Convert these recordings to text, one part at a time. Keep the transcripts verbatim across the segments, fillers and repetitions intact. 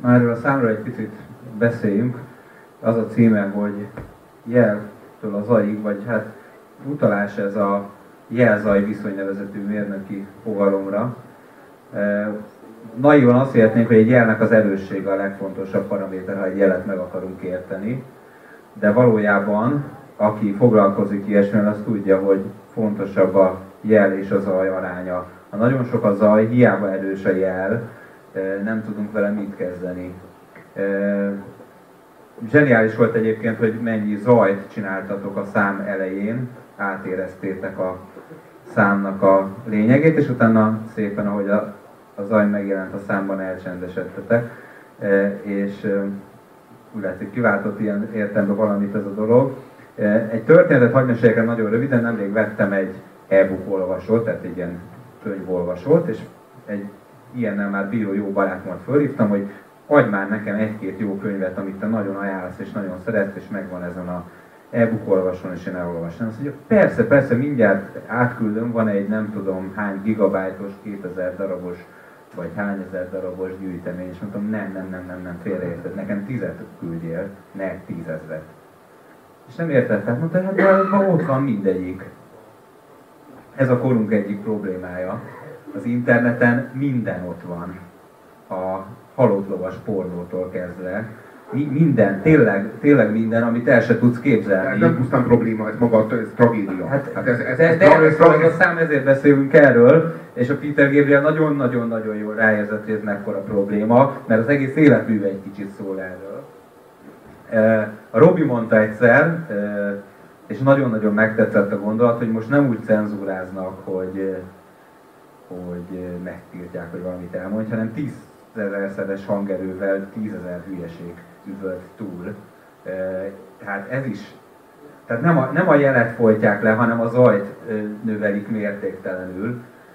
Már erről a számról egy picit beszéljünk. Az a címe, hogy jeltől az zajig, vagy hát utalás ez a jel-zaj viszony nevezetű mérnöki fogalomra. Naivan azt hihetnénk, hogy egy jelnek az erőssége a legfontosabb paraméter, ha egy jelet meg akarunk érteni. De valójában, aki foglalkozik ilyesmivel, az tudja, hogy fontosabb a jel és a zaj aránya. Ha nagyon sok a zaj, hiába erős a jel, nem tudunk vele mit kezdeni. Zseniális volt egyébként, hogy mennyi zajt csináltatok a szám elején, átéreztétek a számnak a lényegét, és utána szépen, ahogy a, a zaj megjelent a számban, elcsendesedtetek, és úgy látszik, kiváltott ilyen értelemben valamit ez a dolog. Egy történetet hagyj meséljek nagyon röviden, nemrég vettem egy e-book olvasót, tehát egy ilyen könyvolvasót, és egy ilyennel már bíró jó barátomat fölhívtam, hogy adj már nekem egy-két jó könyvet, amit te nagyon ajánlasz és nagyon szeretsz, és megvan ezen a e-book olvasón, és én elolvasom. Azt mondja, persze, persze, mindjárt átküldöm, van egy nem tudom hány gigabájtos, kétezer darabos, vagy hány ezer darabos gyűjtemény, és mondtam, nem, nem, nem, nem, nem, félreérted, nekem tizet küldjél, ne tízezret. És nem értett, tehát mondta, hát de ma ott van mindegyik. Ez a korunk egyik problémája. Az interneten minden ott van. A halott lovas pornótól kezdve. Mi, minden, tényleg, tényleg minden, amit el se tudsz képzelni. Ez nem pusztán probléma, ez maga, ez tragédia. Hát, hát ez, ez, de, ez, de ez, erről ez, szól ez, a szám, ezért beszélünk erről, és a Peter Gabriel nagyon-nagyon-nagyon jól ráérzett, hogy ez mekkora probléma, mert az egész életműve egy kicsit szól erről. A Robi mondta egyszer, és nagyon-nagyon megtetszett a gondolat, hogy most nem úgy cenzúráznak, hogy, hogy megtiltják, hogy valamit elmondj, hanem tízezerszeres hangerővel tízezer hülyeség üvölt túl. Tehát ez is, tehát nem a, nem a jelet folytják le, hanem a zajt növelik mértéktelenül.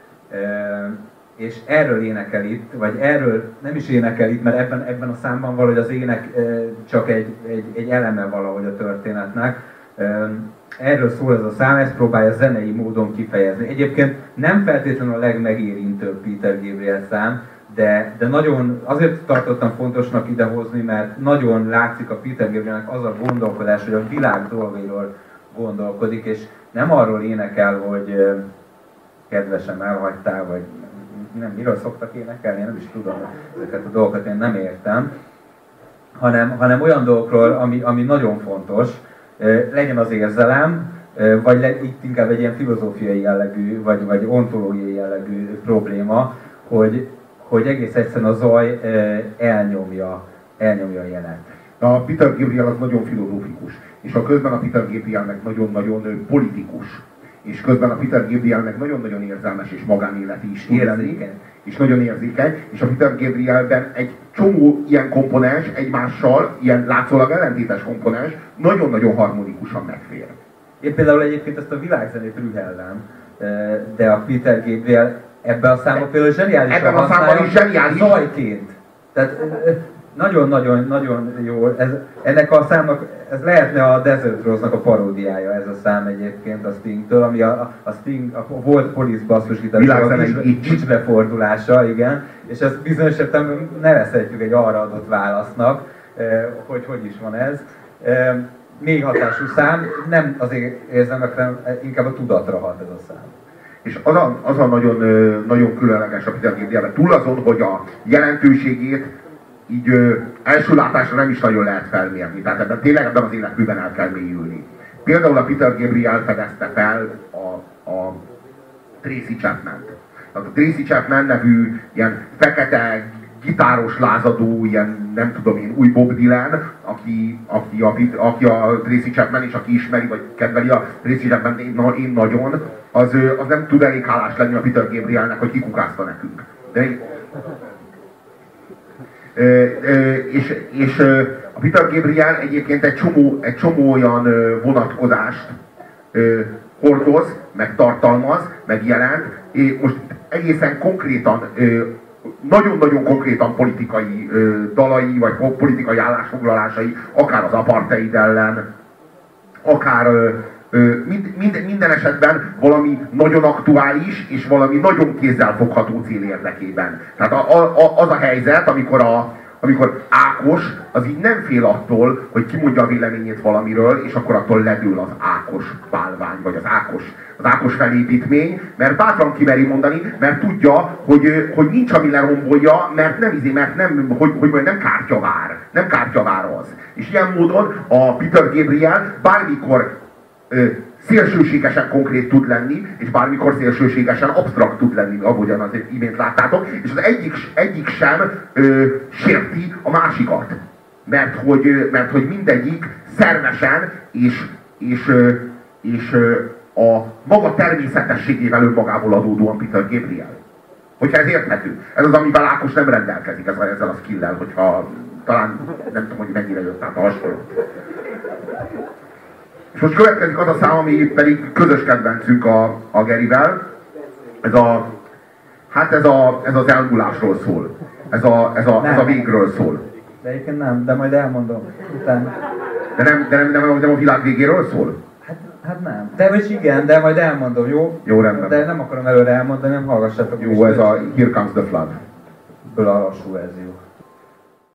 És erről énekel itt, vagy erről nem is énekel itt, mert ebben, ebben a számban valahogy az ének csak egy, egy, egy eleme valahogy a történetnek. Erről szól ez a szám, ezt próbálja zenei módon kifejezni. Egyébként nem feltétlenül a legmegérintőbb Peter Gabriel szám, de, de nagyon, azért tartottam fontosnak idehozni, mert nagyon látszik a Peter Gabrielnek az a gondolkodás, hogy a világ dolgairól gondolkodik, és nem arról énekel, hogy kedvesem elhagytál, vagy nem, miről szoktak énekelni, én nem is tudom, ezeket a dolgokat én nem értem, hanem, hanem olyan dolgokról, ami, ami nagyon fontos, legyen az érzelem, vagy le, itt inkább egy ilyen filozófiai jellegű, vagy, vagy ontológiai jellegű probléma, hogy, hogy egész egyszerűen a zaj elnyomja, elnyomja a jelet. A Peter Gabriel az nagyon filozófikus, és a közben a Peter Gabriel meg nagyon-nagyon politikus. És közben a Peter Gabriel meg nagyon-nagyon érzelmes és magánéleti is érzékeny, és nagyon érzékeny, és a Peter Gabrielben egy csomó ilyen komponens egymással, ilyen látszólag ellentétes komponens nagyon-nagyon harmonikusan megfér. Én például egyébként ezt a világzenét rühellem, de a Peter Gabriel ebben a számban például zseniálisan ebben a számban is zseniális zajként. Tehát nagyon-nagyon-nagyon jó. Ez, ennek a számnak, ez lehetne a Desert Rose-nak a paródiája, ez a szám egyébként a Stingtől, ami a, a Sting, a volt Police basszusgitarista kicsbefordulása, igen, és ezt bizonyos értelemben nevezhetjük egy arra adott válasznak, hogy hogy is van ez. Még hatású szám, nem azért érzem, hanem inkább a tudatra hat ez a szám. És az a, az a nagyon, nagyon különleges a Peter Gabrielben, túl azon, hogy a jelentőségét így ö, első látásra nem is nagyon lehet felmérni. Tehát ebben tényleg ebben az életműben el kell mélyülni. Például a Peter Gabriel fedezte fel a, a Tracy Chapman-t. Tehát a Tracy Chapman nevű ilyen fekete, gitáros lázadó, ilyen nem tudom én, új Bob Dylan, aki, aki, a, aki a Tracy Chapman, és aki ismeri vagy kedveli a Tracy Chapman, én, én nagyon, az, az nem tud elég hálás lenni a Peter Gabrielnek, hogy kikukázta nekünk. De, és, és a Peter Gabriel egyébként egy csomó, egy csomó olyan vonatkozást hordoz, meg tartalmaz, meg jelent. Most egészen konkrétan, nagyon-nagyon konkrétan politikai dalai, vagy politikai állásfoglalásai, akár az apartheid ellen, akár mind, mind, minden esetben valami nagyon aktuális, és valami nagyon kézzelfogható cél érdekében. Tehát a, a, az a helyzet, amikor a, amikor Ákos az így nem fél attól, hogy kimondja a véleményét valamiről, és akkor attól ledől az Ákos bálvány, vagy az Ákos, az Ákos felépítmény, mert bátran kimeri mondani, mert tudja, hogy, hogy nincs, ami lerombolja, mert nem izé, mert nem, hogy, hogy nem kártyavár, nem kártyavár az. És ilyen módon a Peter Gabriel bármikor ö, szélsőségesen konkrét tud lenni, és bármikor szélsőségesen absztrakt tud lenni, ahogyan az imént láttátok, és az egyik, egyik sem ö, sérti a másikat. Mert hogy, mert hogy mindegyik szervesen és, és, és, és a maga természetességével önmagából adódóan Peter Gabriel. Hogyha ez érthető. Ez az, amivel Ákos nem rendelkezik, ez, ezzel a skill-lel, hogyha talán nem tudom, hogy mennyire jött át a hasonlót. És most következik az a szám, ami pedig közös kedvencünk a, a Gerivel. Ez a, hát ez, a, ez az elmúlásról szól. Ez a, ez a, ez a végről szól. De egyébként nem, de majd elmondom utána. De nem, de nem, nem, nem a világ végéről szól? Hát, hát nem. De vagy igen, de majd elmondom, jó? Jó, rendben. De nem akarom előre elmondani, nem hallgassátok. Jó, ez a Here Comes the Flood. Ebből a lassú verzió.